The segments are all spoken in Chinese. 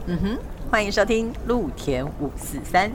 欢迎收听露田543。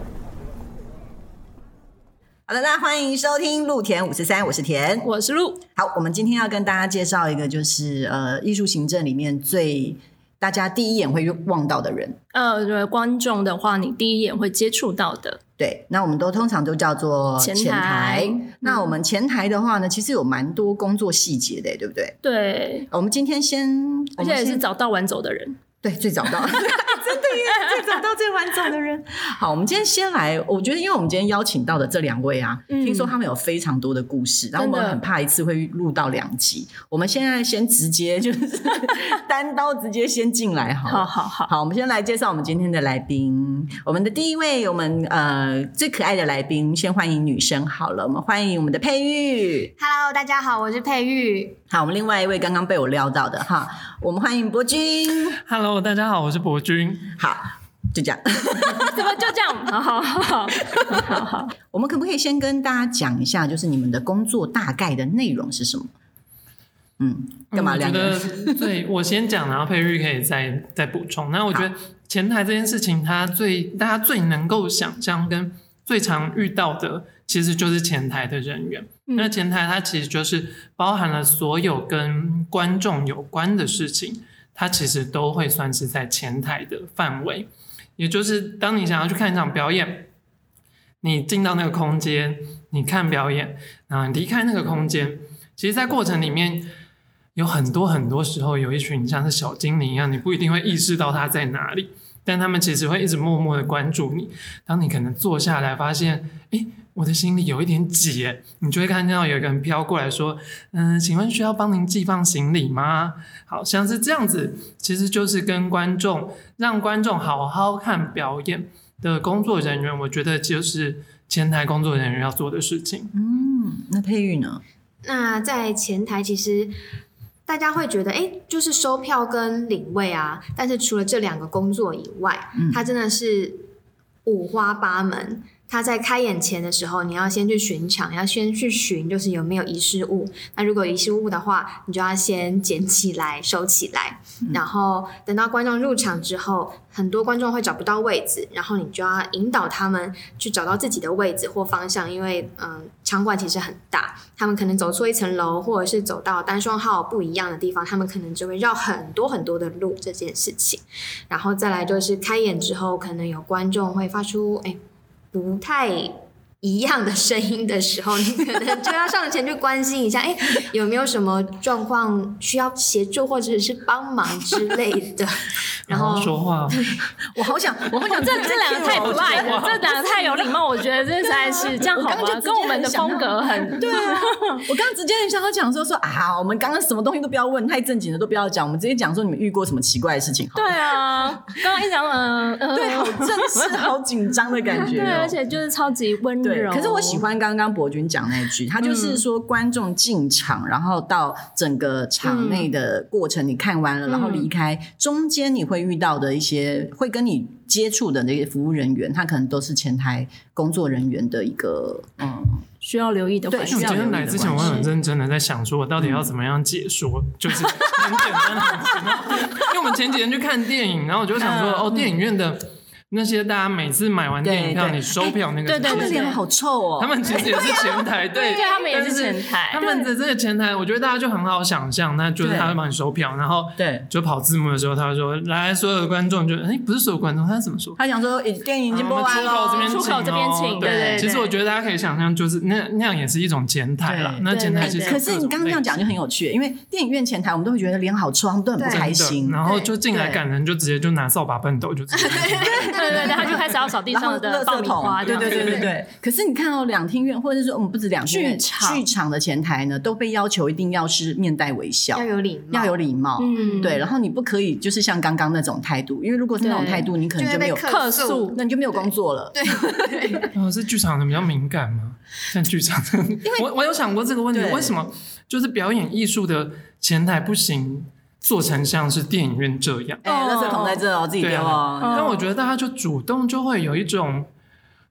好的，那欢迎收听露田543，我是田， 我是露。 好，我们今天要跟大家介绍一个，就是艺术行政里面最大家第一眼会望到的人。 观众的话，你第一眼会接触到的。 对，那我们通常都叫做前台。那我们前台的话呢，其实有蛮多工作细节的，对不对？ 对， 我们今天而且也是早到晚走的人。 对，最早到真的耶，最早到最晚走的人。好，我们今天先来，我觉得因为我们今天邀请到的这两位啊，听说他们有非常多的故事，然后我们很怕一次会录到2集，我们现在先直接就是单刀直接先进来好了。好，我们先来介绍我们今天的来宾。我们的第一位，我们最可爱的来宾，先欢迎女生好了，我们欢迎我们的佩玉。 Hello， 大家好，我是佩玉。 好，我们另外一位刚刚被我撩到的哈，我们欢迎博君。 Hello， 大家好，我是博君。 好，就这样。 怎么就这样？好。 我们可不可以先跟大家讲一下，就是你们的工作大概的内容是什么？干嘛？ 我觉得对，我先讲，然后佩玉可以再补充。那我觉得前台这件事情，大家最能够想象跟最常遇到的，其实就是前台的人员。那前台它其实就是包含了所有跟观众有关的事情，它其实都会算是在前台的范围。也就是当你想要去看一场表演，你进到那个空间，你看表演，然后你离开那个空间，其实在过程里面有很多时候有一群像是小精灵一样，你不一定会意识到它在哪里，但他们其实会一直默默的关注你。当你可能坐下来发现我的行李有一点挤，你就会看到有一个人飘过来说请问需要帮您寄放行李吗？好像是这样子，其实就是跟观众，让观众好好看表演的工作人员，我觉得就是前台工作人员要做的事情。 那佩玉呢？ 那在前台其实大家会觉得就是收票跟领位啊，但是除了这2个工作以外，它真的是五花八门。他在开演前的时候，你要先去巡场，你要先去巡就是有没有遗失物。那如果有遗失物的话，你就要先捡起来收起来，然后等到观众入场之后，很多观众会找不到位置，然后你就要引导他们去找到自己的位置或方向。因为场馆其实很大，他们可能走错一层楼，或者是走到单双号不一样的地方，他们可能就会绕很多的路这件事情。然后再来就是开演之后，可能有观众会发出不太一样的声音的时候，你可能就要上前去关心一下，有没有什么状况需要协助或者是帮忙之类的。然后说话， 我好想， 这2个太不赖了，这2个太有礼貌，我觉得这实在是这样好吗？跟我们的风格很对啊。我刚刚直接很想要讲说我们刚刚什么东西都不要问，太正经的都不要讲，我们直接讲说你们遇过什么奇怪的事情好了。 对啊，刚刚一讲对，好正式，好紧张的感觉。 对，而且就是超级温柔。 可是我喜欢刚刚博君讲那句，他就是说观众进场，然后到整个场内的过程你看完了，然后离开，中间你会遇到的一些会跟你接触的那些服务人员，他可能都是前台工作人员的一个需要留意的环节。 我今天来之前，我很认真的在想说，我到底要怎么样解说，就是很简单的很奇妙。因为我们前几天去看电影，然后我就想说，电影院的那些大家每次买完电影票，你收票那个， 他们脸好臭哦。 他们其实也是前台，对， 他们也是前台。 他们的这个前台，我觉得大家就很好想象，那就是他会帮你收票，然后就跑字幕的时候，他会说：“来，所有的观众就不是所有观众，他怎么说？ 他想说电影已经播完了， 出口这边请。对， 其实我觉得大家可以想象，就是那样也是一种前台啦。那前台其实， 可是你刚刚这样讲就很有趣，因为电影院前台我们都会觉得脸好臭，他们都很不开心， 然后就进来赶人就直接就拿扫把笨斗就直接。 对，他就开始要扫地上的爆米花。 对。可是你看到2厅院，或者是说我们不止2厅院，剧场的前台呢，都被要求一定要是面带微笑， 要有礼貌。 对，然后你不可以就是像刚刚那种态度，因为如果是那种态度，你可能就没有客诉， 那你就没有工作了。 对。 是剧场的比较敏感吗？像剧场的，我有想过这个问题，为什么就是表演艺术的前台不行？做成像是电影院这样， 垃圾桶在这自己丢哦。 但我觉得大家就主动就会有一种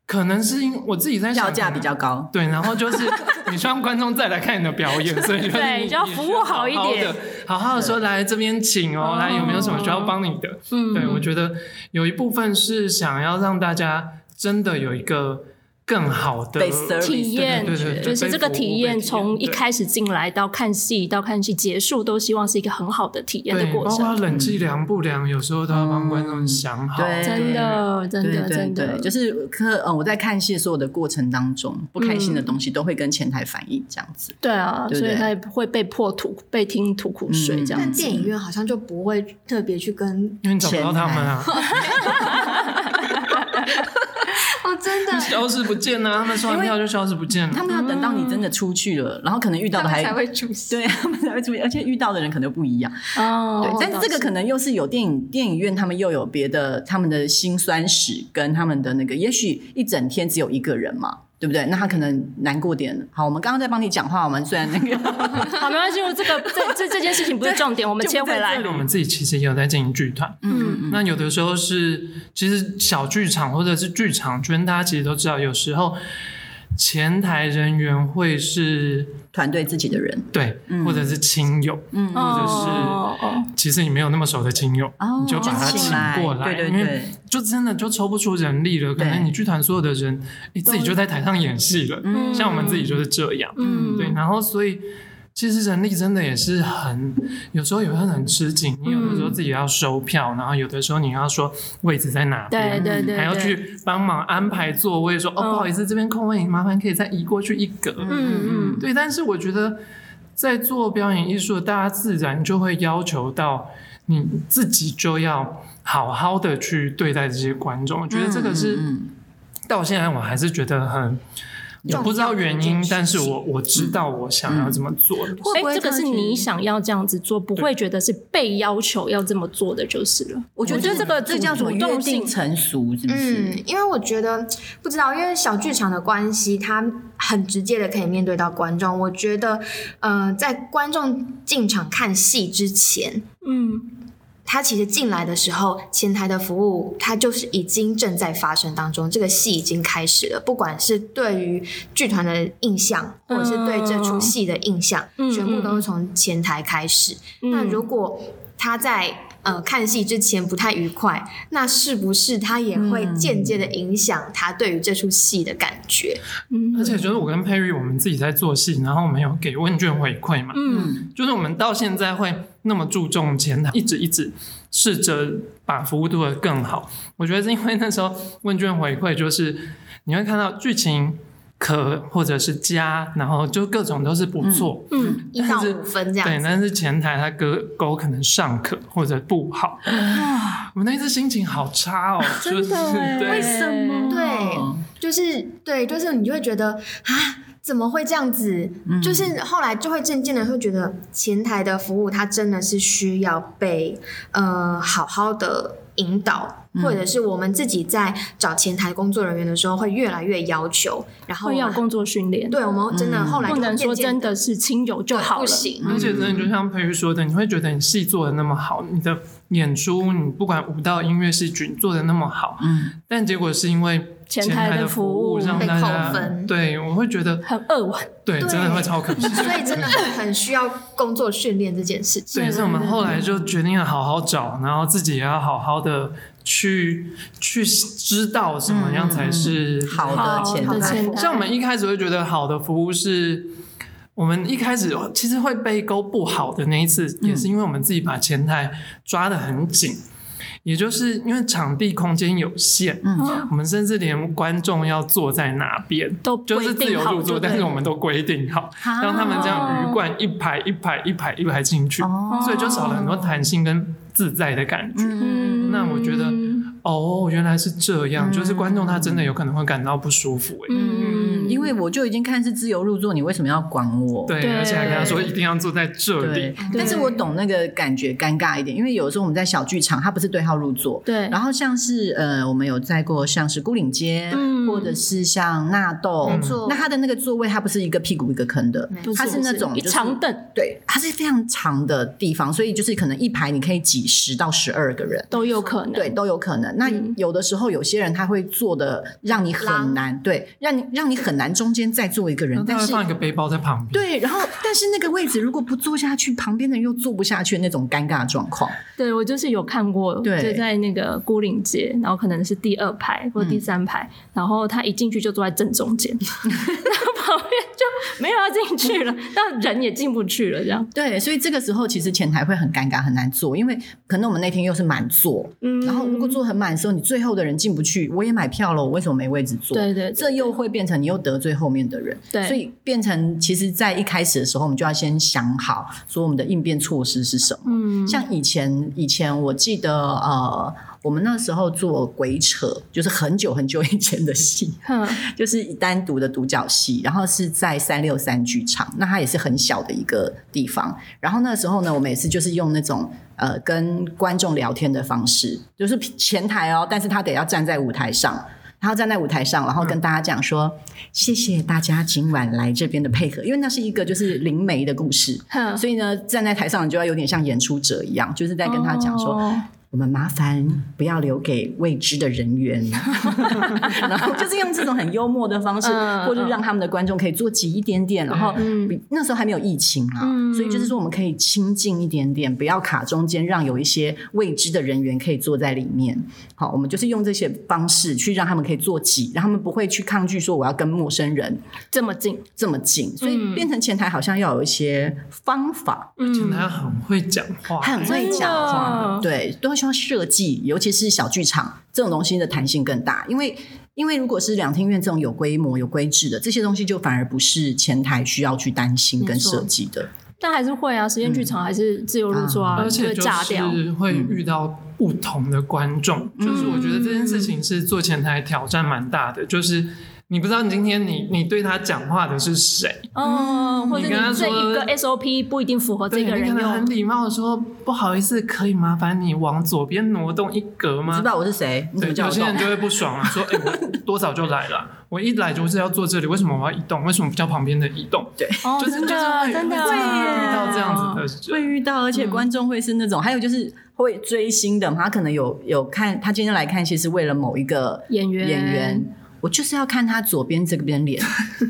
可能是因为我自己在想票价比较高， 对，然后就是你希望观众再来看你的表演，所以就是对，就要服务好一点， 好好的说来这边请哦，来有没有什么需要帮你的？对，我觉得有一部分是想要让大家真的有一个更好的体验， 对， 就是这个体验从一开始进来到看戏到看戏结束，都希望是一个很好的体验的过程。 包括冷气凉不凉，有时候都要帮观众想好。 真的， 就是我在看戏所有的过程当中，不开心的东西都会跟前台反映，这样子。 对啊，所以他会被听吐苦水这样子。 但电影院好像就不会特别去跟， 因为你找不到他们啊。 哦，真的消失不见啊！他们刷完票就消失不见了。 他们要等到你真的出去了，然后可能遇到的还才会出现， 对，他们才会出现，而且遇到的人可能不一样。对，但是这个可能又是有电影院，他们又有别的他们的辛酸史跟他们的那个，也许一整天只有一个人嘛。对不对？那他可能难过点。好，我们刚刚在帮你讲话，我们虽然那个好，没关系，这件事情不是重点，我们切回来。 我们自己其实也有在经营剧团，那有的时候是其实小剧场或者是剧场圈，大家其实都知道，有时候前台人员会是团队自己的人， 对，或者是亲友，或者是其实你没有那么熟的亲友，你就把他请过来， 对， 因为就真的就抽不出人力了。可能你剧团所有的人，你自己就在台上演戏了，像我们自己就是这样，对，然后所以。其实人力真的也是有时候也会很吃紧，你有的时候自己要收票，然后有的时候你要说位置在哪边， 对， 还要去帮忙安排座位，说不好意思，这边空位，麻烦可以再移过去一格，对。但是我觉得在做表演艺术，大家自然就会要求到你自己就要好好的去对待这些观众，我觉得这个是到现在我还是觉得我不知道原因，但是我知道我想要这么做的。 这个是你想要这样子做，不会觉得是被要求要这么做的就是了。我觉得这叫做约定成熟，是不是？ 因为我觉得不知道，因为小剧场的关系，它很直接的可以面对到观众。我觉得，在观众进场看戏之前，他其实进来的时候，前台的服务它就是已经正在发生当中，这个戏已经开始了。不管是对于剧团的印象，或者是对这出戏的印象，全部都是从前台开始。那如果他在看戏之前不太愉快，那是不是他也会间接的影响他对于这出戏的感觉？ 而且就是我跟佩玉我们自己在做戏，然后我们有给问卷回馈嘛，就是我们到现在会那么注重前台，一直试着把服务做得更好。我觉得是因为那时候问卷回馈就是你会看到剧情可或者是加，然后就各种都是不错 ，1到5分这样子。 对，但是前台他勾可能上可或者不好，我那一次心情好差哦， 真的为什么？ 就是你就会觉得怎么会这样子？就是后来就会渐渐的会觉得前台的服务它真的是需要被好好的引导，或者是我们自己在找前台工作人员的时候会越来越要求，然后会要工作训练。 对，我们真的后来不能说真的是亲友就好了， 不行。 而且真的就像佩玉说的，你会觉得你戏做的那么好，你的演出你不管舞蹈、音乐、戏剧做的那么好，但结果是因为前台的服务让大家对，我会觉得很扼腕， 对，真的会超可惜。 所以真的很需要工作训练这件事情。 对，所以我们后来就决定要好好找，然后自己也要好好的去知道什么样才是好的前台。 像我们一开始会觉得好的服务是。我们一开始其实会被勾不好的那一次，也是因为我们自己把前台抓得很紧，也就是因为场地空间有限，我们甚至连观众要坐在哪边都就是自由入座，但是我们都规定好，让他们这样鱼贯一排一排一排一排进去，所以就少了很多弹性跟自在的感觉。那我觉得原来是这样，就是观众他真的有可能会感到不舒服。 因为为我就已经看是自由入座，你为什么要管我？ 对，而且还跟他说一定要坐在这里。 但是我懂那个感觉尴尬一点，因为有的时候我们在小剧场，它不是对号入座， 对。 然后像是我们有在过像是牯岭街，或者是像纳豆，那它的那个座位它不是一个屁股一个坑的，它是那种一长凳， 对，它是非常长的地方，所以就是可能一排你可以挤10到12个人都有可能， 对，都有可能。那有的时候有些人他会坐的让你很难，对，让你很难中间再坐一个人， 但是他会放一个背包在旁边， 对，然后但是那个位置如果不坐下去，旁边的人又坐不下去的那种尴尬状况。 对，我就是有看过， 对， 就在那个牯岭街，然后可能是第2排或第3排，然后他一进去就坐在正中间，然后旁边就没有要进去了，但人也进不去了，这样。 对，所以这个时候其实前台会很尴尬，很难坐，因为可能我们那天又是满座，然后如果坐很满的时候，你最后的人进不去，我也买票了，我为什么没位置坐？ 对， 这又会变成你又得罪后面的人， 对， 所以变成其实在一开始的时候，我们就要先想好说我们的应变措施是什么。像以前我记得我们那时候做鬼扯，就是很久很久以前的戏，就是单独的独角戏，然后是在363剧场，那它也是很小的一个地方。然后那时候呢，我们也是就是用那种跟观众聊天的方式，就是前台哦，但是他得要站在舞台上。他要站在舞台上，然后跟大家讲说，谢谢大家今晚来这边的配合，因为那是一个就是灵媒的故事，所以呢，站在台上你就要有点像演出者一样，就是在跟他讲说，我们麻烦不要留给未知的人员然后就是用这种很幽默的方式或者让他们的观众可以坐挤一点点，然后那时候还没有疫情啦，所以就是说我们可以亲近一点点，不要卡中间，让有一些未知的人员可以坐在里面。好，我们就是用这些方式去让他们可以坐挤，让他们不会去抗拒说我要跟陌生人这么近， 所以变成前台好像要有一些方法。 前台很会讲话， 很会讲话，对，都需要设计，尤其是小剧场这种东西的弹性更大，因为如果是两厅院这种有规模有规制的这些东西，就反而不是前台需要去担心跟设计的。 但还是会啊，实验剧场还是自由入座啊， 而且就是会遇到不同的观众，就是我觉得这件事情是做前台挑战蛮大的，就是你不知道你今天你对他讲话的是谁， 或者你这一个 SOP 不一定符合这个人用， 你可能很礼貌的说不好意思，可以麻烦你往左边挪动1格吗？ 你知道我是谁？ 对，有些人就会不爽了，说我多早就来了，我一来就是要坐这里，为什么我要移动？为什么不叫旁边的移动？ 对， 真的会遇到这样子的人， 会遇到，而且观众会是那种，还有就是会追星的，他可能有看，他今天来看，其实为了某一个演员，我就是要看他左边这边脸。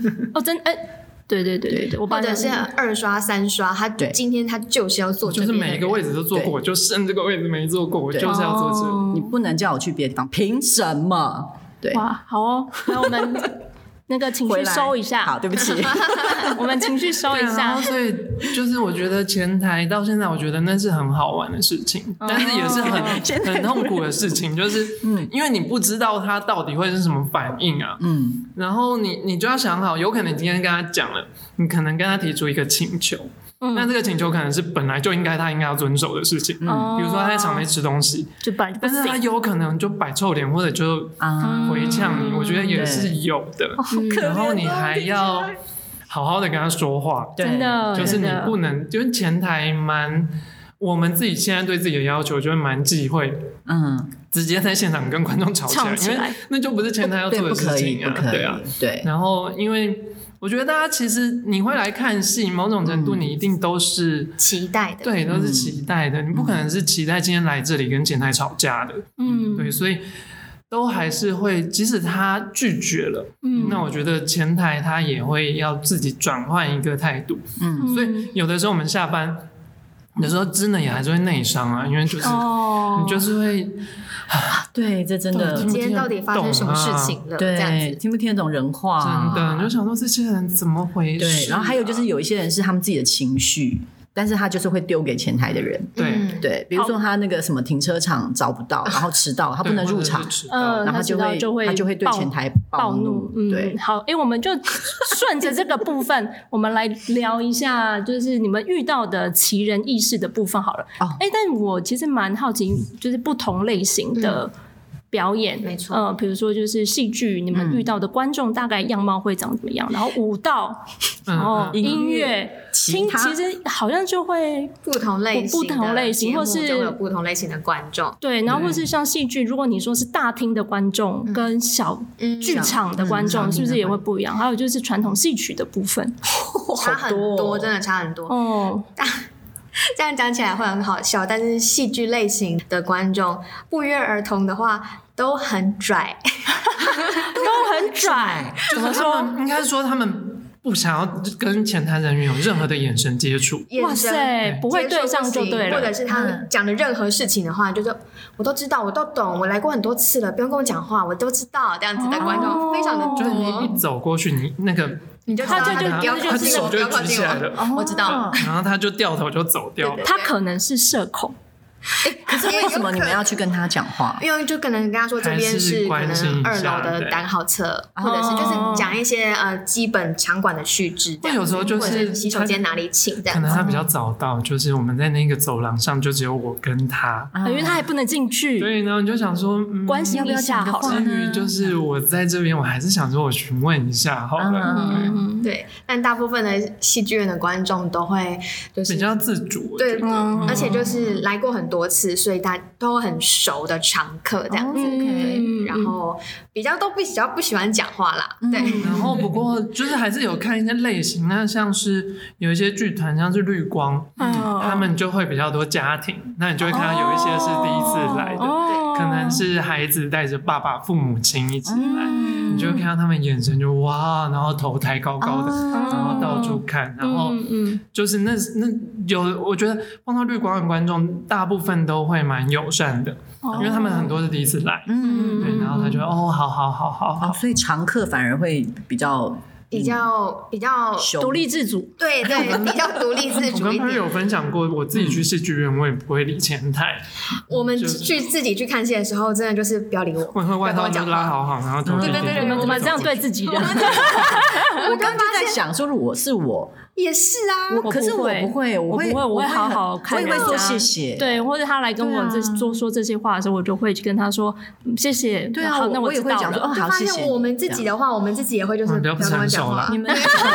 对， 或者是2刷3刷，他今天他就是要坐这边， 就是每一个位置都坐过，我就剩这个位置没坐过，我就是要坐这里。 你不能叫我去别的地方，凭什么？对， 哇，好哦，那我们那个情绪收一下。 好，对不起， 我们情绪收一下。 然后所以就是我觉得前台到现在，我觉得那是很好玩的事情，但是也是很痛苦的事情，就是因为你不知道他到底会是什么反应啊。然后你就要想好，有可能你今天跟他讲了，你可能跟他提出一个请求。那这个请求可能是本来就他应该要遵守的事情，比如说他在场内吃东西，但是他有可能就摆臭脸或者就回呛你，我觉得也是有的。然后你还要好好的跟他说话， 真的， 就是你不能，就是前台我们自己现在对自己的要求就是蛮忌讳，直接在现场跟观众吵起来，因为那就不是前台要做的事情啊，对啊，对。然后因为我觉得大家其实你会来看戏，某种程度你一定都是期待的， 对，都是期待的，你不可能是期待今天来这里跟前台吵架的，对，所以都还是会，即使他拒绝了，那我觉得前台他也会要自己转换一个态度，所以有的时候我们下班，有时候真的也还是会内伤啊，因为就是你就是会。 对，这真的， 今天到底发生什么事情了？这样子听不听得懂人话？ 真的，你就想说这些人怎么回事？ 对，然后还有就是有一些人是他们自己的情绪。但是他就是会丢给前台的人，对，比如说他那个什么停车场找不到，然后迟到，他不能入场，然后他就会对前台暴怒，对， 好，我们就顺着这个部分，我们来聊一下，就是你们遇到的奇人异事的部分好了。但我其实蛮好奇，就是不同类型的表演， 没错， 比如说就是戏剧，你们遇到的观众大概样貌会长怎么样？然后舞蹈，然后音乐，其实好像就会不同类型， 或是就会有不同类型的观众。 对，然后或是像戏剧，如果你说是大厅的观众跟小剧场的观众，是不是也会不一样？还有就是传统戏曲的部分， 差很多，真的差很多哦。这样讲起来会很好笑，但是戏剧类型的观众不约而同的话都很拽， 都很拽。 怎么说？应该说他们不想要跟前台人员有任何的眼神接触。 哇塞，不会对上就对了。 或者是他们讲的任何事情的话，就是我都知道，我都懂，我来过很多次了，不用跟我讲话，我都知道。这样子的观众非常的多。 就是你一走过去，你那个。 你就他手就举起来了， 我知道， 然后他就掉头就走掉了。 他可能是社恐， 可是为什么你们要去跟他讲话？ 因为就可能跟他说这边是可能2楼的单号侧，或者是就是讲一些基本场馆的须知， 有时候就是洗手间哪里请这样。 可能他比较早到，就是我们在那个走廊上就只有我跟他， 因为他还不能进去。 对，然后你就想说关心一下好了。 至于就是我在这边，我还是想说我询问一下好了。 对，但大部分的戏剧院的观众都会就是比较自主， 对，而且就是来过很多次，所以大家都很熟的常客这样子。对，然后比较不喜欢讲话啦。对， 然后不过就是还是有看一些类型，那像是有一些剧团，像是绿光，他们就会比较多家庭，那你就会看到有一些是第一次来的，可能是孩子带着爸爸、父母亲一起来，你就会看到他们眼神就哇，然后头抬高高的，然后到处看，然后就是那我觉得碰到绿光的观众，大部分都会蛮友善的，因为他们很多是第一次来，对，然后他就好， 所以常客反而会比较独立自主， 对，比较独立自主一点。 我跟朋友有分享过，我自己去戏剧院，我也不会理前台。 我们自己去看戏的时候，真的就是不要理我， 我会外套就拉好，然后头对，你们怎么这样对自己人？ 我刚刚就在想说，如果是我。 也是啊， 可是我不会，我会好好看， 我也会说谢谢， 对，或者他来跟我说这些话的时候，我就会跟他说谢谢。 对啊， 好，那我也会讲说好，谢谢。 发现我们自己的话，我们自己也会就是不要跟我讲话， 你们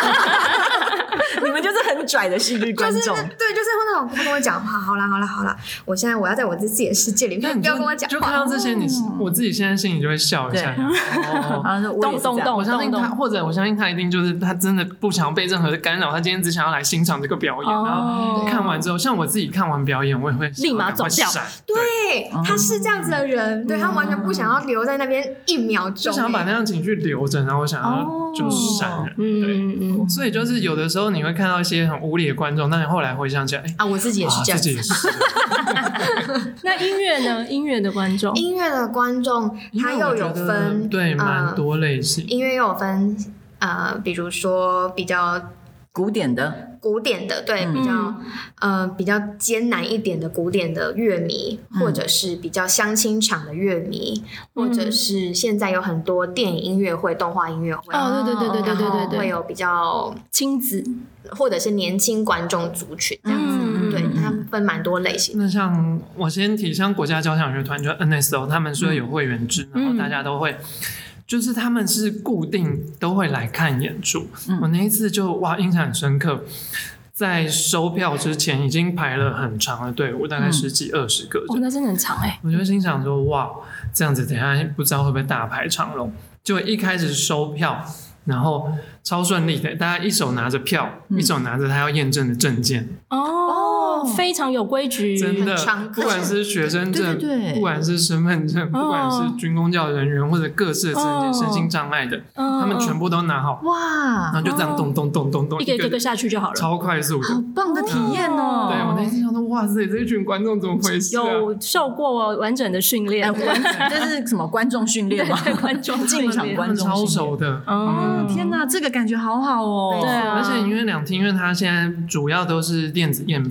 就是很拽的戏剧观众， 对，就是会那种不跟我讲话。好啦，我现在我要在我自己的世界里面，不要跟我讲话。 就看到这些，我自己现在心里就会笑一下， 动， 我相信他，或者我相信他一定就是他真的不想要被任何的干扰，他今天只想要来欣赏这个表演。然后看完之后，像我自己看完表演，我也会立马走掉。 对，他是这样子的人，对他完全不想要留在那边1秒钟， 就想要把那样情绪留着，然后我想要就闪人。对，所以就是有的时候你会看到一些很无理的观众，但你后来回想起来， 我自己也是这样子。 那音乐呢？音乐的观众， 他又有分对蛮多类型， 音乐又有分比如说比较古典的， 对，比较艰难一点的古典的乐迷，或者是比较相亲场的乐迷，或者是现在有很多电影音乐会、动画音乐会，对，会有比较亲子或者是年轻观众族群这样子，对，他们分蛮多类型。 那像我先提，像国家交响乐团就 NSO， 他们说有会员制，然后大家都会。就是他们是固定都会来看演出，我那一次就印象很深刻，在收票之前已经排了很长的队伍，大概10几20个， 那真的很长我就心想说这样子等一下不知道会不会大排长龙，就一开始收票，然后超顺利的，大家一手拿着票，一手拿着他要验证的证件非常有规矩， 真的，不管是学生证，不管是身份证，不管是军公教人员或者各式的证件，身心障碍的，他们全部都拿好，然后就这样咚咚咚咚咚， 一个下去就好了， 超快速的， 好棒的体验哦！ 对，我那天想说，哇塞，这一群观众怎么回事？ 有受过完整的训练， 这是什么观众训练吗？ 观众进场观众超熟的， 天哪，这个感觉好好哦！ 对啊， 而且因为两厅院它现在主要都是电子验票， 对。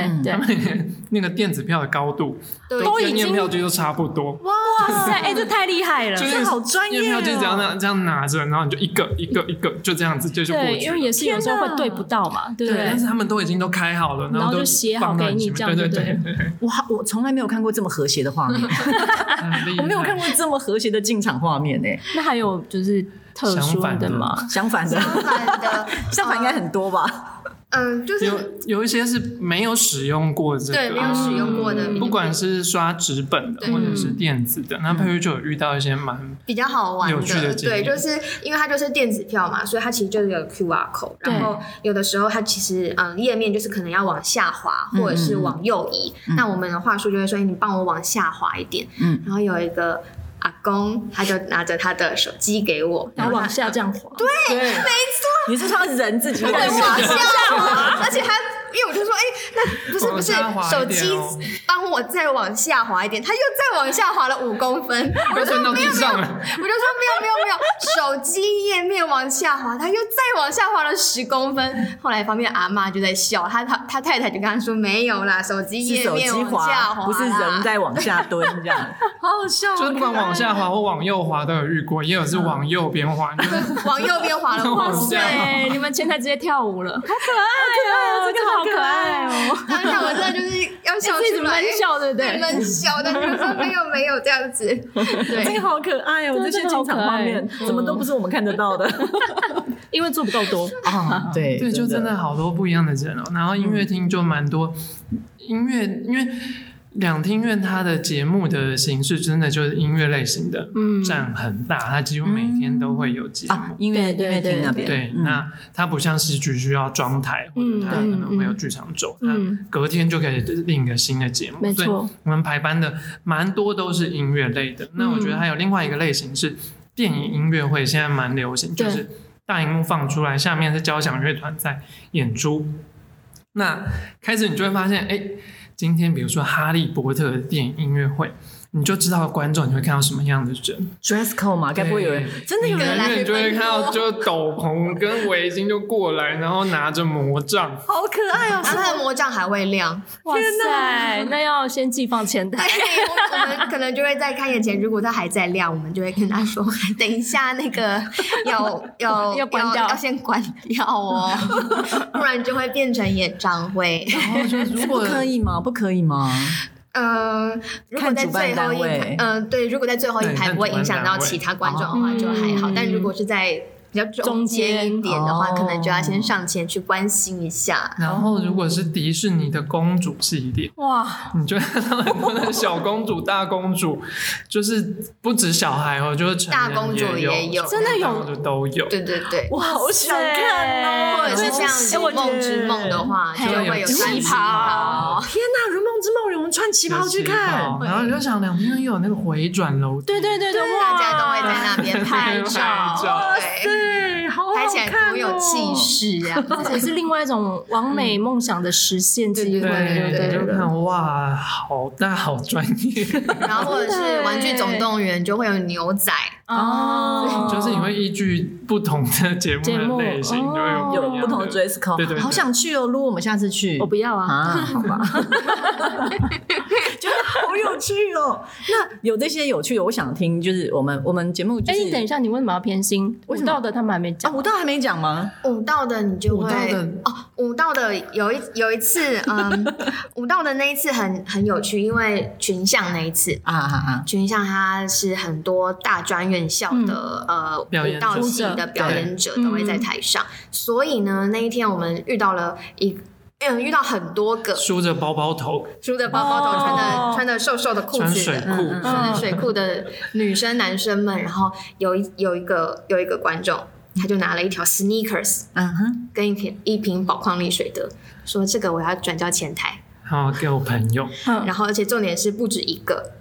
对他们那个电子票的高度对都跟验票机都差不多。 哇塞，这太厉害了！ 就是好专业哦验票机只要这样拿着，然后你就一个就这样子就过对， 去了。 因为也是有时候会对不到嘛，对不对，但是他们都已经都开好了， 然后都就写好放到给你， 前面这样对对对对， 哇，我从来没有看过这么和谐的画面， 很厉害我没有看过这么和谐的进场画面欸那还有就是特殊的吗？ 相反的，相反应该很多吧？ 就是有一些是没有使用过这个， 对没有使用过的， 不管是刷纸本的或者是电子的，那佩玉就有遇到一些蛮比较好玩有趣的经验。 对，就是因为它就是电子票嘛，所以它其实就是有 QR code， 然后有的时候它其实页面就是可能要往下滑或者是往右移，那我们的话术就会说你帮我往下滑一点，然后有一个阿公他就拿着他的手机给我， 然后往下这样滑， 对，没错， 你是说人自己对， 往往下下滑，而且他，因为我就说，那不是往下滑手一点机哦帮我再往下滑一点，他又再往下滑了5公分， 不要钻到地上了。 我就说没有，手机页面往下滑，他又再往下滑了10公分。后来旁边阿嬷就在笑，他太太就跟他说没有啦，手机是手机页面往下滑， 不是人在往下蹲这样，好好笑。 就是不管往下滑或往右滑都有遇过，也有是往右边滑，就是往右边滑了， 往下对，你们前台直接跳舞了，好可爱哦，这个好可爱哦。 当下我真的就是要笑自己出来， 闷笑，对不对？ 闷笑的，就说没有这样子，对， 这个好可爱哦，这些进场画面怎么都不是我们看得到的因为做不够多啊。对对，就真的好多不一样的人哦。然后音乐厅就蛮多音乐，因为两厅院它的节目的形式真的就是音乐类型的，占很大，它几乎每天都会有节目。 音乐厅那边， 对，那它不像戏剧需要装台，或者它可能会有剧场周，那隔天就可以另一个新的节目。 没错， 所以我们排班的蛮多都是音乐类的。那我觉得还有另外一个类型是电影音乐会，现在蛮流行，就是大荧幕放出来，下面是交响乐团在演出。那开始你就会发现，今天比如说哈利波特的电影音乐会，你就知道观众你会看到什么样的人 dress code 嘛，该不会有人真的有人你就会看到就斗篷跟围巾就过来，然后拿着魔杖， 好可爱哦， 然后他的魔杖还会亮， 哇塞，那要先寄放前台。 我们可能就会在开演前，如果它还在亮，我们就会跟他说，等一下那个要关掉， 要先关掉哦，不然就会变成演唱会。 然后就如果不可以吗？不可以吗？ 如果在最后一排，对，如果在最后一排不会影响到其他观众的话，就还好。但如果是在比较中间一点的话，可能就要先上前去关心一下。 然后如果是迪士尼的公主系列， 哇， 你就看到很多的小公主、大公主，就是不止小孩哦，就是成人大公主也有， 真的有， 就都有。 对对对， 哇，好想看哦！ 或者是像《如梦之梦》的话，就会有旗袍。 天哪，《如梦之梦》有人穿旗袍去看， 然后你就想两边又有那个回转楼梯， 对， 大家都会在那边拍照， 对，好好拍起来多有气势啊！ 这也是另外一种完美梦想的实现机会， 对，就看哇，好大，好专业。 然后或者是《玩具总动员》就会有牛仔哦， 就是你会依据不同的节目的类型，就会有不同的 dress code。 对， 好想去哦！如果我们下次去， 我不要啊， 好吧。觉得好有趣哦！那有这些有趣的，我想听，就是我们节目就是， 你等一下，你为什么要偏心？舞蹈的他们还没讲， 舞蹈还没讲吗？ 舞蹈的你就会舞蹈的有一次，舞蹈的那一次很有趣，因为群像那一次群像它是很多大专院校的舞蹈系的表演者都会在台上，所以呢那一天我们遇到了遇到很多个梳着包包头， 穿着瘦瘦的裤子的，穿着水裤的女生男生们，然后有一个观众，他就拿了一条 sneakers， 跟一瓶宝矿力水的，说这个我要转交前台， 好给我朋友， 然后而且重点是不止一个。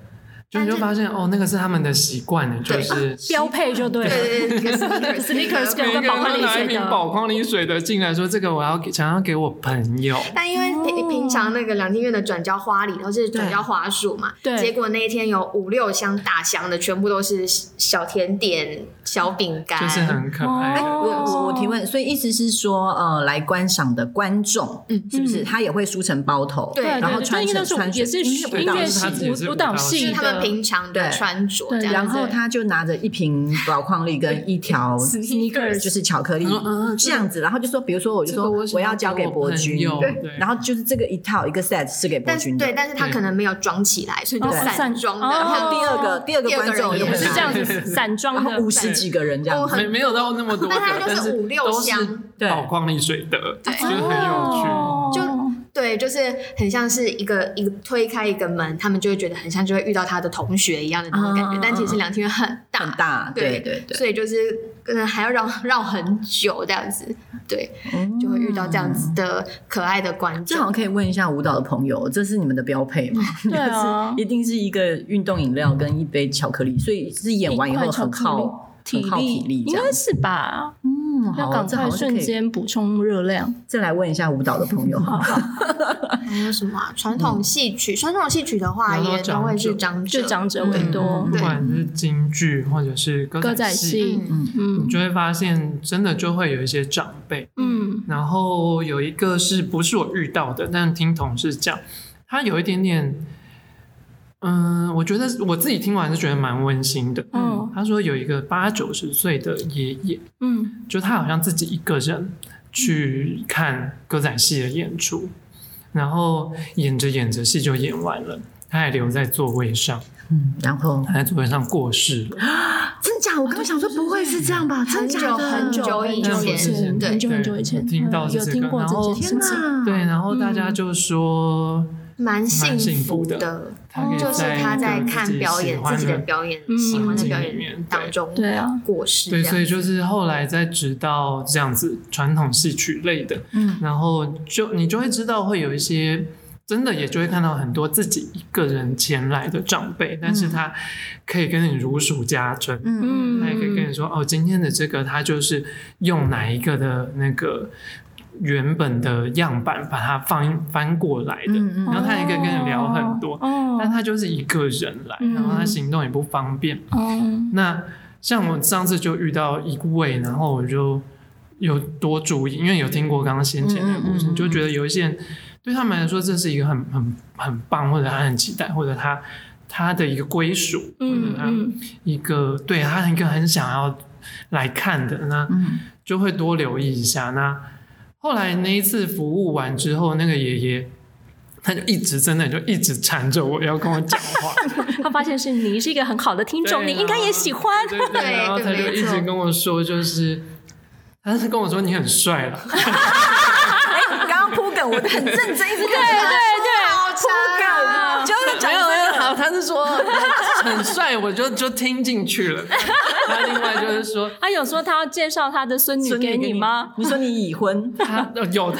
就你就发现哦，那个是他们的习惯呢，就是标配就对了。 对 Snickers 跟宝矿力拿一水的， 瓶宝矿力水的进来说，这个我想要给我朋友。 但因为平常那个两厅院的转交花礼都是转交花束嘛， 对， 结果那一天有5-6箱大箱的，全部都是小甜点、小饼干， 就是很可爱。 我提问，所以意思是说，来观赏的观众，是不是他也会梳成包头？ 对， 然后穿也是音乐系、舞蹈系是他们平常的穿着这样子。 然后他就拿着一瓶宝矿力跟一条 Snickers 就是巧克力这样子，然后就说，比如说我就说我要交给博君，然后就是这个一套一个 set 是给博君的， 对，但是他可能没有装起来，所以就散装的。然后第二个观众也是这样子散装的 ，50几个人这样子， 没有到那么多个， 但是5-6箱宝矿力水的，就是很有趣。 对，就是很像是一个推开一个门，他们就会觉得很像就会遇到他的同学一样的那种感觉，但其实两厅院很大， 对， 所以就是可能还要绕很久这样子，对，就会遇到这样子的可爱的观众。 这好像可以问一下舞蹈的朋友，这是你们的标配吗？ 对啊， 一定是一个运动饮料跟一杯巧克力，所以是演完以后很耗体力， 应该是吧？要赶快瞬间补充热量。 再来问一下舞蹈的朋友， 还有什么传统戏曲？传统戏曲的话，也都会是长者为多， 不管是京剧或者是歌仔戏，你就会发现真的就会有一些长辈，然后有一个是不是我遇到的，但听同事讲，他有一点点。我觉得我自己听完是觉得蛮温馨的。他说有一个80-90岁的爷爷，就他好像自己一个人去看歌仔戏的演出，然后演着演着戏就演完了，他还留在座位上， 然后他在座位上过世了。 真假？我刚想说不会是这样吧？ 很久以前， 对，很久以前听到有听过这件事情。 对，然后大家就说。 蛮幸福的，就是他在看表演自己的表演，喜欢的表演当中过世。 对，所以就是后来再直到这样子传统戏曲类的，然后你就会知道会有一些真的也就会看到很多自己一个人前来的长辈，但是他可以跟你如数家珍，他也可以跟你说哦，今天的这个他就是用哪一个的那个。原本的样板把它翻过来的，然后他也可以跟你聊很多，但他就是一个人来，然后他行动也不方便。那像我上次就遇到一位，然后我就有多注意，因为有听过刚刚先前的故事，就觉得有一些人对他们来说这是一个很棒，或者他很期待，或者他的一个归属，或者他一个对他一个很想要来看的，那就会多留意一下。那后来那一次服务完之后，那个爷爷他就一直缠着我要跟我讲话。 他发现是你是一个很好的听众，你应该也喜欢。 对，然后他就一直跟我说，就是他是跟我说你很帅了。 刚刚铺梗，我很认真，一直对， 铺梗就是讲好，他是说很帅，我就听进去了。他另外就是说， 他有说他要介绍他的孙女给你吗？ 你说你已婚？ 他有，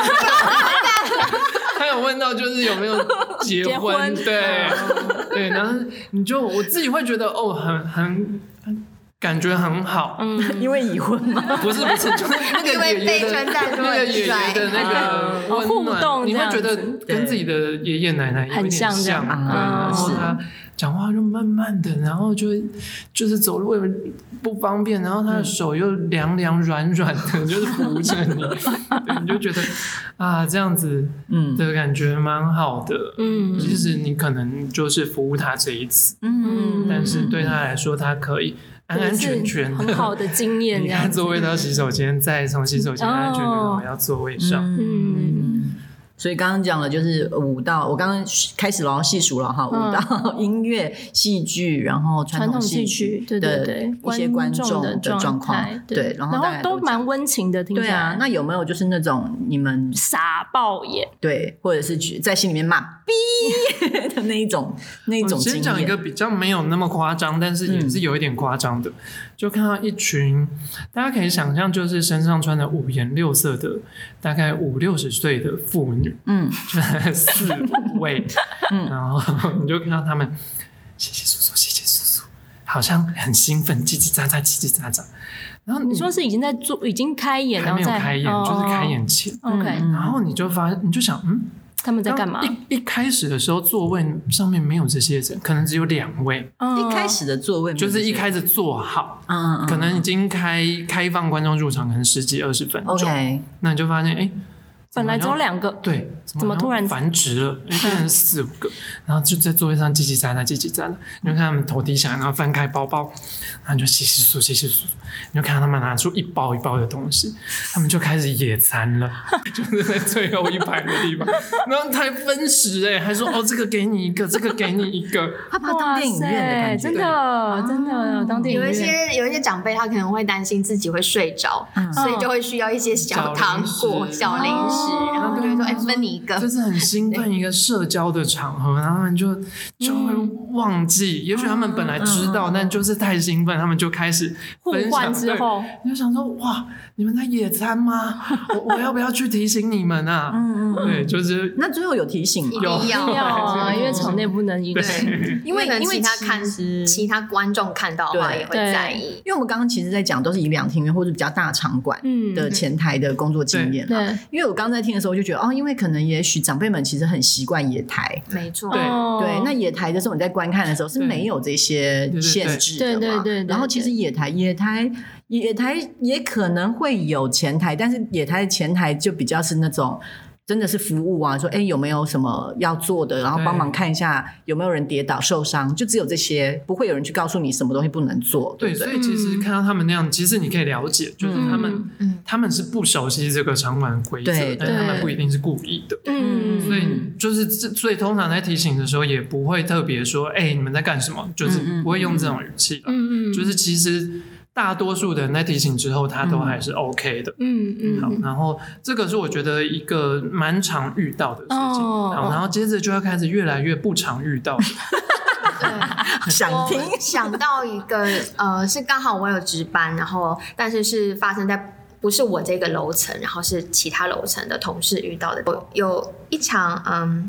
他有问到就是有没有结婚？对，然后我自己会觉得哦，很感觉很好， 因为已婚吗？ 不是，就是那个爷爷的那个互动， 你会觉得跟自己的爷爷奶奶有点像，然后他讲话就慢慢的，然后就是走路也不方便，然后他的手又凉凉软软的，就是扶着你，对，你就觉得啊，这样子的感觉蛮好的。其实你可能就是服务他这一次，但是对他来说，他可以安安全全的很好的经验， 离开座位到洗手间，再从洗手间安安全全的回到座位上。 所以刚刚讲了，就是舞蹈，我刚刚开始了细数了哈，舞蹈、音乐、戏剧，然后传统戏曲的一些观众的状况，对，然后都蛮温情的，听起来。 对啊，那有没有就是那种你们傻爆眼， 对，或者是在心里面骂逼的那一种经验？ 我先讲一个比较没有那么夸张，但是也是有一点夸张的，就看到一群大家可以想象，就是身上穿的五颜六色的，大概50-60岁的妇女。就4-5位，然后你就看到他们洗洗好像很兴奋，叽叽喳喳，叽叽喳喳。然后你说是已经在做，已经开演， 还没有开演，就是开演前。 OK， 然后你就想， 他们在干嘛？ 一开始的时候，座位上面没有这些人，可能只有2位。 一开始的座位就是一开始坐好，可能已经开放观众入场，可能10几20分钟。 OK， 那你就发现， 本来只有2个， 对， 怎么突然繁殖了？变成4、5个，然后就在座位上叽叽喳喳，叽叽喳喳。你就看他们头低下来，然后翻开包包，然后你就稀稀疏稀稀疏，你就看到他们拿出一包一包的东西，他们就开始野餐了，就是在最后一排的地方，然后还分食还说这个给你一个，这个给你一个， 他把它当电影院的感觉， 真的当电影院。 有一些长辈他可能会担心自己会睡着，所以就会需要一些小糖果、小零食，然后就会说分你一个， 就是很兴奋一个社交的场合，然后他们就会忘记，也许他们本来知道，但就是太兴奋，他们就开始分享。 互换之后， 你就想说哇，你们在野餐吗？我要不要去提醒你们啊？对，就是那最后有提醒吗？ 一定要啊，因为场内不能一个人， 因为其他观众看到的话也会在意。 因为我们刚刚其实在讲都是以两厅院或者比较大场馆的前台的工作经验。 对， 因为我刚刚在听的时候就觉得因为可能也许长辈们其实很习惯野台， 没错， 对，那野台的时候你在观看的时候是没有这些限制的嘛， 对。 然后其实野台也可能会有前台，但是野台的前台就比较是那种真的是服务啊，说有没有什么要做的，然后帮忙看一下有没有人跌倒受伤，就只有这些，不会有人去告诉你什么东西不能做。对， 所以其实看到他们那样，其实你可以了解，就是他们是不熟悉这个场馆规则，但他们不一定是故意的。所以通常在提醒的时候也不会特别说你们在干什么，就是不会用这种语气了。就是其实大多数的人在提醒之后，他都还是 OK 的。好，然后这个是我觉得一个蛮常遇到的事情。好，然后接着就要开始越来越不常遇到的。 想听， 想到一个是刚好我有值班，然后但是发生在不是我这个楼层，然后是其他楼层的同事遇到的。有一场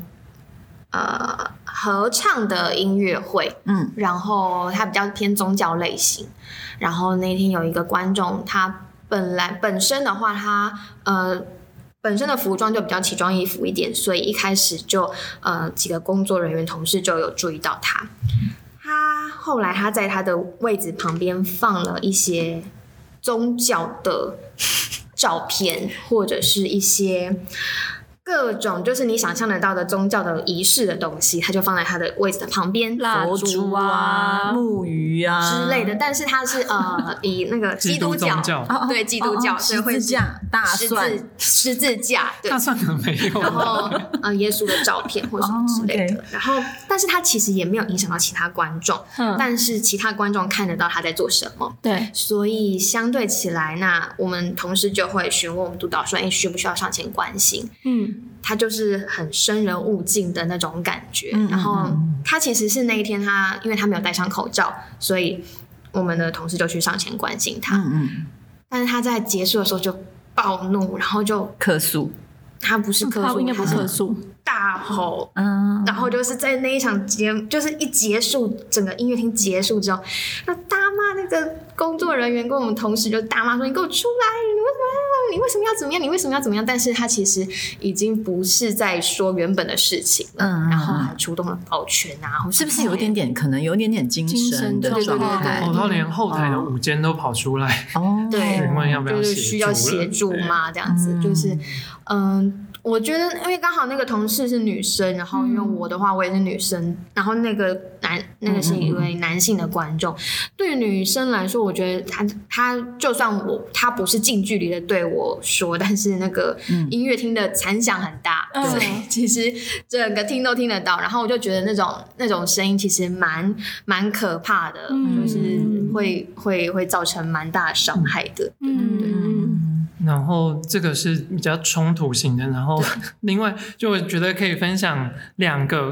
合唱的音乐会，然后它比较偏宗教类型。然后那天有一个观众，他本身的话，他本身的服装就比较奇装异服一点，所以一开始就几个工作人员同事就有注意到他。后来他在他的位置旁边放了一些宗教的照片，或者是一些各种就是你想象得到的宗教的仪式的东西，他就放在他的位置的旁边， 蜡烛啊、 木鱼啊之类的。但是他是以那个基督教，对基督教，所以会十字架、大蒜、 十字架，对， 大蒜可能没有。 然后耶稣的照片或什么之类的。然后，但是他其实也没有影响到其他观众，但是其他观众看得到他在做什么。 对， 所以相对起来，那我们同事就会询问我们督导说：“需不需要上前关心？”他就是很生人勿近的那种感觉。然后他其实是那一天因为他没有戴上口罩，所以我们的同事就去上前关心他。但是他在结束的时候就暴怒，然后就客诉。 他不是客诉， 应该不是客诉， 大吼。然后就是在那一场就是一结束，整个音乐厅结束之后，那大骂那个工作人员跟我们同事就大骂说：“你给我出来！你为什么要怎么样？你为什么要怎么样？”但是他其实已经不是在说原本的事情了，然后还出动了保全啊， 是不是有一点点可能有一点点精神的状态？ 他连后台的舞监都跑出来对， 询问要不要就是需要协助嘛，这样子就是我觉得，因为刚好那个同事是女生，然后因为我的话我也是女生，然后那个是一位男性的观众。对于女生来说，我觉得他就算他不是近距离的对我说，但是那个音乐厅的残响很大，所以其实整个厅都听得到。然后我就觉得那种声音其实蛮可怕的，就是会造成蛮大的伤害的。 然后这个是比较冲突型的，然后另外就我觉得可以分享2个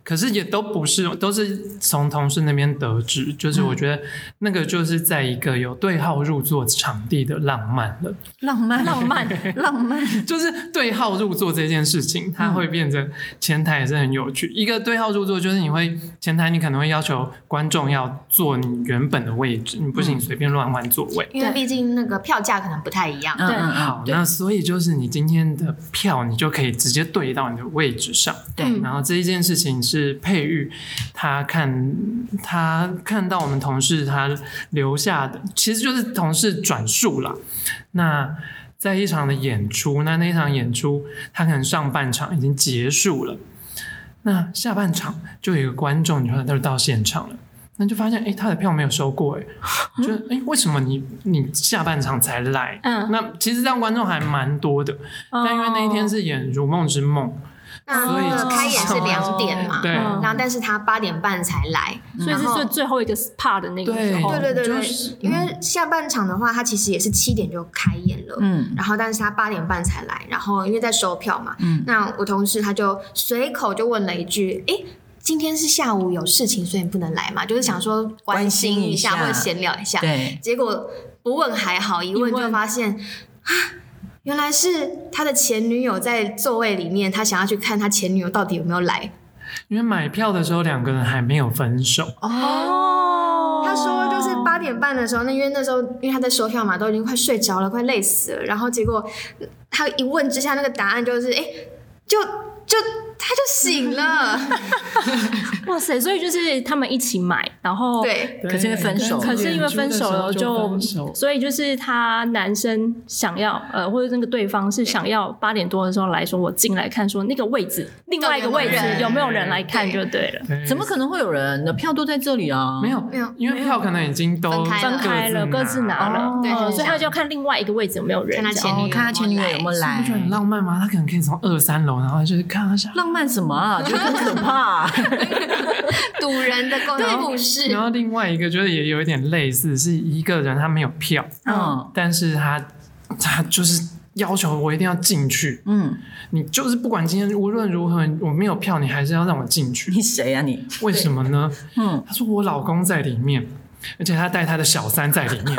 可是也都不是，都是从同事那边得知，就是我觉得那个就是在一个有对号入座场地的浪漫了。 浪漫， 就是对号入座这件事情，它会变成前台也是很有趣。一个对号入座就是你会前台，你可能会要求观众要坐你原本的位置，你不行随便乱换座位， 因为毕竟那个票价可能不太一样。 对， 好，那所以就是你今天的票，你就可以直接对到你的位置上。 对， 然后这一件事情是佩玉，他看到我们同事他留下的，其实就是同事转述啦。那在一场的演出，那一场演出，他可能上半场已经结束了，那下半场就有一个观众，就到现场了。那就发现，他的票没有收过，就为什么你下半场才来？那其实这样观众还蛮多的，但因为那一天是演《如梦之梦》，所以开演是2点嘛， 对， 然后但是他8点半才来， 所以是最后一个 part 的那个时候。 对，因为下半场的话，他其实也是7点就开演了，然后但是他8点半才来，然后因为在收票嘛，那我同事他就随口就问了一句，今天是下午有事情，所以你不能来嘛？就是想说关心一下或者闲聊一下。 对， 结果不问还好，一问就发现原来是他的前女友在座位里面，他想要去看他前女友到底有没有来。 因为买票的时候2个人还没有分手他说就是8点半的时候，因为那时候因为他在收票嘛，都已经快睡着了，快累死了。然后结果他一问之下，那个答案就是他就醒了。 哇塞！所以就是他们一起买，然后对， 可是因为分手， 可是因为分手了所以就是他男生想要或者那个对方是想要8点多的时候来说，我进来看说那个位置，另外一个位置有没有人来看就对了。 怎么可能会有人的票都在这里啊？ 没有，因为票可能已经都分开了，各自拿了， 对， 所以他就要看另外一个位置有没有人， 看他前女友有没有来， 不觉得很浪漫吗？他可能可以从2、3楼，然后就是看他想浪漫什么啊？觉得很可怕， 堵人的故事。 然后另外一个觉得也有一点类似，是一个人他没有票，但是他就是要求我一定要进去，你就是不管今天无论如何我没有票，你还是要让我进去。 你谁啊你？ 为什么呢？他说我老公在里面。而且他带他的小三在里面，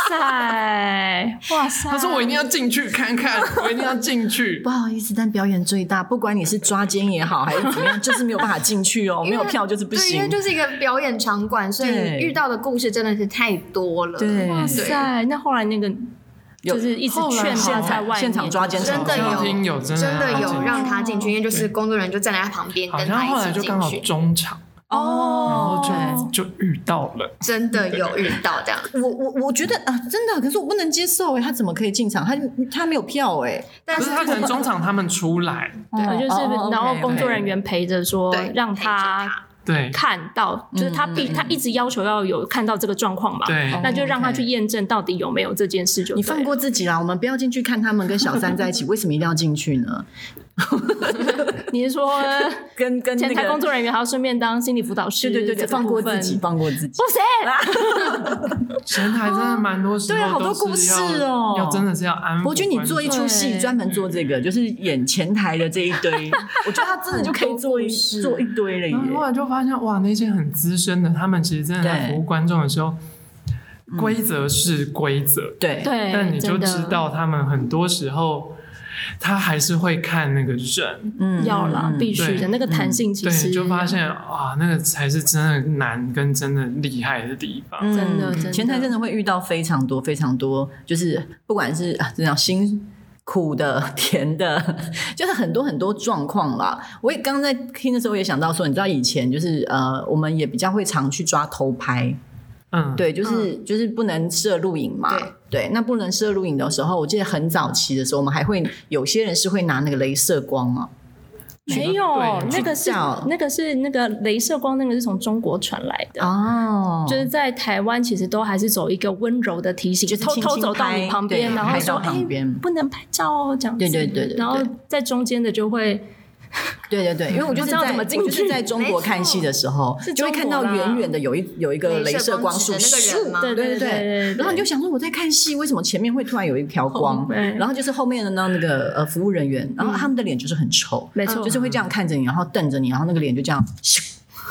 哇塞！ 他说我一定要进去看看，我一定要进去。 不好意思，但表演最大，不管你是抓奸也好，还是怎么样，就是没有办法进去哦，没有票就是不行。 因为就是一个表演场馆，所以遇到的故事真的是太多了。 对， 哇塞！那后来那个就是一直劝他在外面， 现场抓奸， 真的有真的有让他进去，因为就是工作人员就站在他旁边跟他一起进去。 好像后来就刚好中场。然后就遇到了， 真的有遇到这样。 我觉得啊，真的，可是我不能接受他怎么可以进场？他没有票但是他可能中场他们出来， 对，就是然后工作人员陪着说，让他对看到，就是他一直要求要有看到这个状况嘛， 对， 那就让他去验证到底有没有这件事就对了。 你放过自己啦，我们不要进去看他们跟小三在一起，为什么一定要进去呢？ 你是说跟前台工作人员还要顺便当心理辅导师？ 对，放过自己，放过自己。 不行， 前台真的蛮多时候对，好多故事哦， 要真的是要安抚。 伯君，你做一出戏专门做这个，就是演前台的这一堆，我觉得他真的就可以做一堆了耶。 后来就发现哇，那些很资深的，他们其实真的在服务观众的时候。规则是规则， 对， 但你就知道他们很多时候他还是会看那个人， 要啦，必须的那个弹性，其实对，就发现啊，那个才是真的难跟真的厉害的地方， 真的， 前台真的会遇到非常多非常多，就是不管是这样辛苦的、甜的，就是很多很多状况啦。我也刚刚在听的时候也想到说，你知道以前就是我们也比较会常去抓偷拍。对，就是不能设录影嘛。对，那不能设录影的时候，我记得很早期的时候，我们还会有些人是会拿那个雷射光啊。 没有，那个是那个雷射光，那个是从中国传来的哦。就是在台湾，其实都还是走一个温柔的提醒， 就是偷走到你旁边，然后说不能拍照哦，这样子。 对， 然后在中间的就会。 对，因为我就是在中国看戏的时候，就会看到远远的有一个雷射光束，对，然后你就想说我在看戏，为什么前面会突然有一条光？然后就是后面的那个服务人员，然后他们的脸就是很臭， 没错， 就是会这样看着你，然后瞪着你，然后那个脸就这样。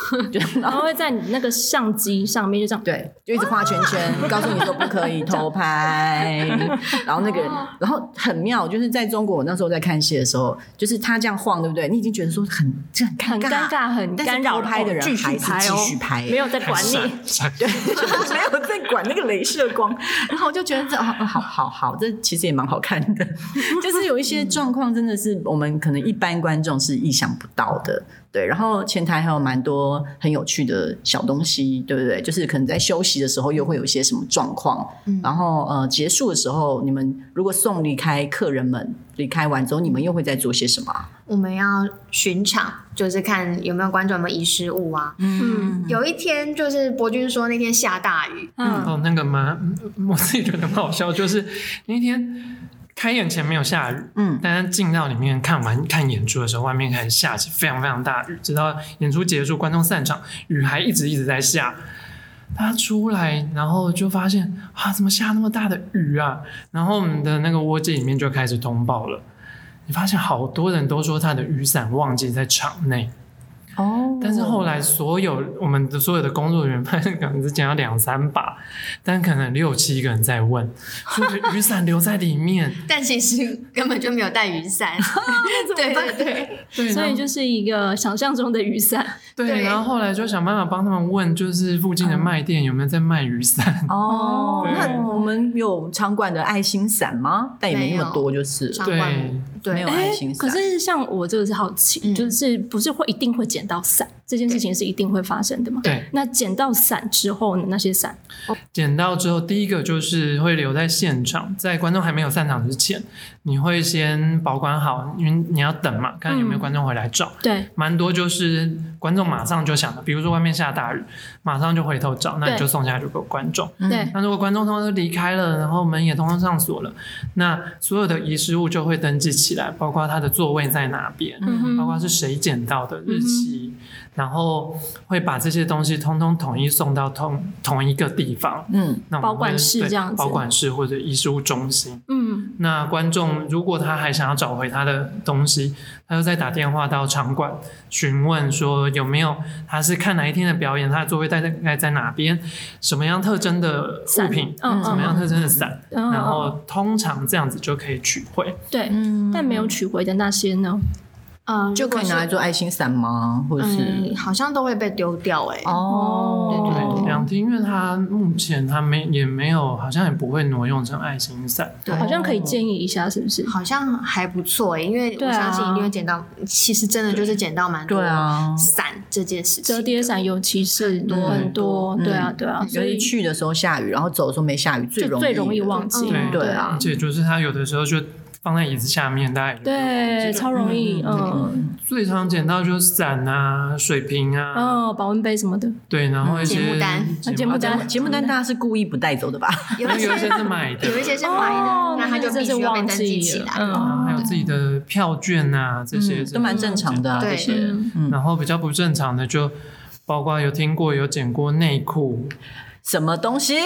然后会在你那个相机上面就这样， 对，就一直画圈圈，告诉你说不可以偷拍。然后那个，然后很妙，就是在中国我那时候在看戏的时候，就是他这样晃，对不对？你已经觉得说很尴尬， 很干扰， 拍的人还是继续拍， 没有在管你， 对，没有在管那个镭射光。然后我就觉得好，这其实也蛮好看的。就是有一些状况真的是我们可能一般观众是意想不到的。对，然后前台还有蛮多很有趣的小东西，对不对？就是可能在休息的时候又会有一些什么状况，然后结束的时候，你们如果送离开客人们离开完之后，你们又会再做些什么？ 我们要巡场，就是看有没有观众有没有遗失物啊。有一天就是博君说那天下大雨， 那个吗？我自己觉得很好笑，就是那天开演前没有下雨，但是进到里面看演出的时候，外面开始下起非常非常大雨，直到演出结束，观众散场，雨还一直在下。他出来，然后就发现怎么下那么大的雨啊？然后我们的那个窝界里面就开始通报了，你发现好多人都说他的雨伞忘记在场内。但是后来我们的所有的工作人员发现可能只捡到2-3把，但可能6-7个人在问，说雨伞留在里面， 但其实根本就没有带雨伞。对， 所以就是一个想象中的雨伞。 对，然后后来就想办法帮他们问，就是附近的卖店有没有在卖雨伞。 那我们有场馆的爱心伞吗？但也没那么多，就是对， 没有爱心伞。 可是像我这个是好奇，就是不是一定会捡到伞，这件事情是一定会发生的吗？ 对。 那捡到伞之后呢？那些伞捡到之后，第一个就是会留在现场，在观众还没有散场之前，你会先保管好，因为你要等嘛，看有没有观众回来找。 对， 蛮多就是观众马上就想了，比如说外面下大雨，马上就回头找，那你就送下去给观众。 对。 那如果观众通通都离开了，然后门也通通上锁了，那所有的遗失物就会登记起来，包括他的座位在哪边，包括是谁捡到的日期，然后会把这些东西通通统一送到同一个地方，那保管室这样子， 保管室或者遗失物中心。那观众如果他还想要找回他的东西，他就再打电话到场馆询问说有没有他是看哪一天的表演，他的座位大概在哪边，什么样特征的物品，什么样特征的伞，然后通常这样子就可以取回。 对，但没有取回的那些呢？ 就可以拿来做爱心伞吗？或者是好像都会被丢掉对，两厅院它目前它也没有，好像也不会挪用成爱心伞。 对， 好像可以建议一下，是不是？ 好像还不错，因为我相信一定会捡到。其实真的就是捡到蛮多伞这件事情， 折叠伞尤其是很多，对啊。 所以去的时候下雨，然后走的时候没下雨，最容易忘记。 对啊，而且就是它有的时候就放在椅子下面，大概对，超容易。 最常捡到就是伞啊、水瓶啊、 保温杯什么的。 对，然后一些节目单，大家是故意不带走的吧？ 有一些是买的， 有一些是买的，那他就必须要被登记起来。 还有自己的票券啊，这些都蛮正常的。这些， 然后比较不正常的就包括有听过有捡过内裤。 什么东西？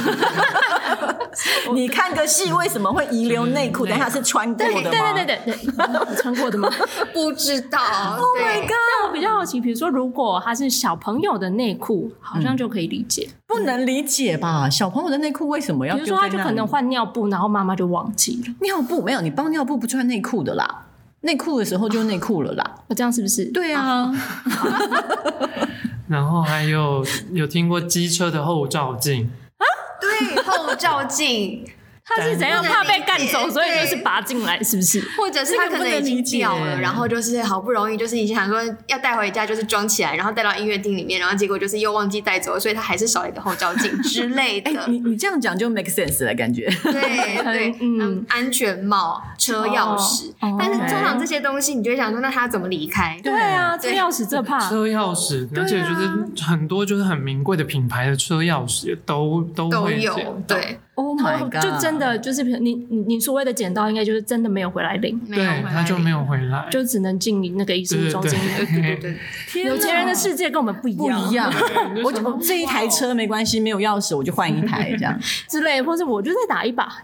你看个戏为什么会遗留内裤？等一下是穿过的吗？ 对，穿过的吗？ 不知道。 Oh my god！ 但我比较好奇，比如说如果它是小朋友的内裤，好像就可以理解。 不能理解吧？小朋友的内裤为什么要？ 比如说他就可能换尿布，然后妈妈就忘记了。 尿布没有，你包尿布不穿内裤的啦。内裤的时候就内裤了啦。 这样是不是？ 对啊。 然后还有听过机车的后照镜啊？对，后照镜， 他是怎样怕被干走，所以就是拔进来，是不是？ 或者是他可能已经掉了，然后就是好不容易就是以前想说要带回家，就是装起来，然后带到音乐厅里面，然后结果就是又忘记带走，所以他还是少了一个后照镜之类的。 你这样讲就 make sense 了，感觉。 对，安全帽、车钥匙，但是通常这些东西，你就会想说，那他怎么离开？ 对啊，车钥匙这怕。 车钥匙，而且就是很多就是很名贵的品牌的车钥匙都会有，对。 Oh my god！ 就真的就是你所谓的捡到，应该就是真的没有回来领， 对，他就没有回来， 就只能进那个遗失物中心。 对， 有钱人的世界跟我们不一样。 我这一台车没关系，没有钥匙我就换一台这样之类，或者我就再打一把。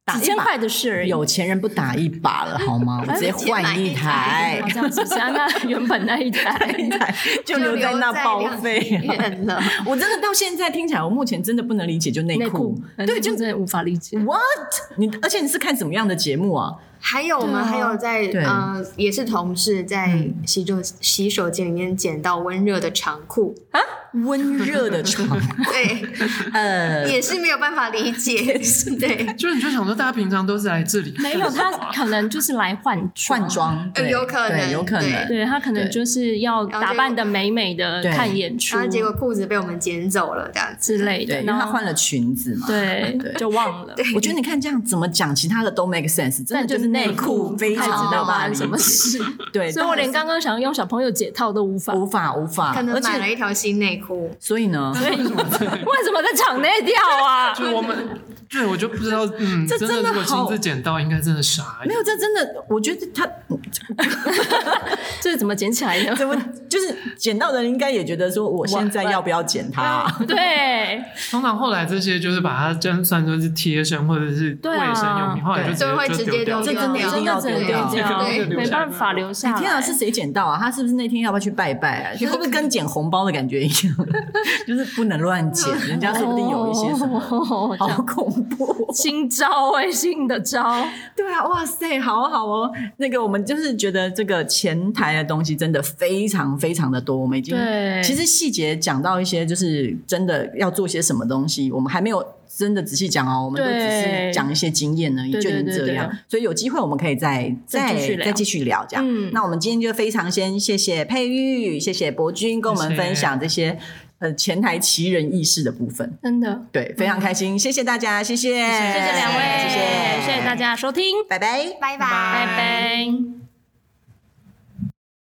几千块的事而已。 有钱人不打一把了好吗？我直接换一台。 这样子是啊，那原本那一台就留在那报废了。 我真的到现在听起来，我目前真的不能理解，就内裤， 对，就真的无法理解。 What？ 而且你是看什么样的节目啊？ 还有我们还有在也是同事在洗手间里面捡到温热的长裤啊，温热的长裤， 对，也是没有办法理解，对， 就想说大家平常都是来这里， 没有，他可能就是来换装， 有可能， 对他可能就是要打扮的美美的看演出， 然后结果裤子被我们捡走了，这样之类的， 因为他换了裙子嘛， 对，就忘了。 我觉得你看这样怎么讲，其他的都 make sense， 真的就是内裤非常知道发生什么事， 对， 所以我连刚刚想要用小朋友解套都无法， 可能买了一条新内裤， 所以呢， 为什么在场内跳啊？ 就我们。对，我就不知道， 这真的如果亲自捡到，应该真的傻。 没有，这真的，我觉得他这是怎么捡起来的？ 怎么就是捡到的人应该也觉得说，我现在要不要捡它？ 对， 通常后来这些就是把它真算作是贴身或者是卫生用品，后来就会直接丢掉， 这真的一定要丢掉， 没办法留下来。 天啊，是谁捡到啊？他是不是那天要不要去拜拜啊？是不是跟捡红包的感觉一样？就是不能乱捡，人家说不定有一些什么，好恐怖。 新招新的招， 对啊，哇塞，好好哦。那个我们就是觉得这个前台的东西真的非常非常的多，我们已经其实细节讲到一些，就是真的要做些什么东西，我们还没有真的仔细讲哦，我们都只是讲一些经验而已，就已经这样。所以有机会我们可以再继续聊这样。那我们今天就非常先谢谢佩玉，谢谢博君跟我们分享这些前台奇人异事的部分， 真的对，非常开心，谢谢大家，谢谢两位，谢谢大家收听， 拜拜， 拜拜， 拜拜。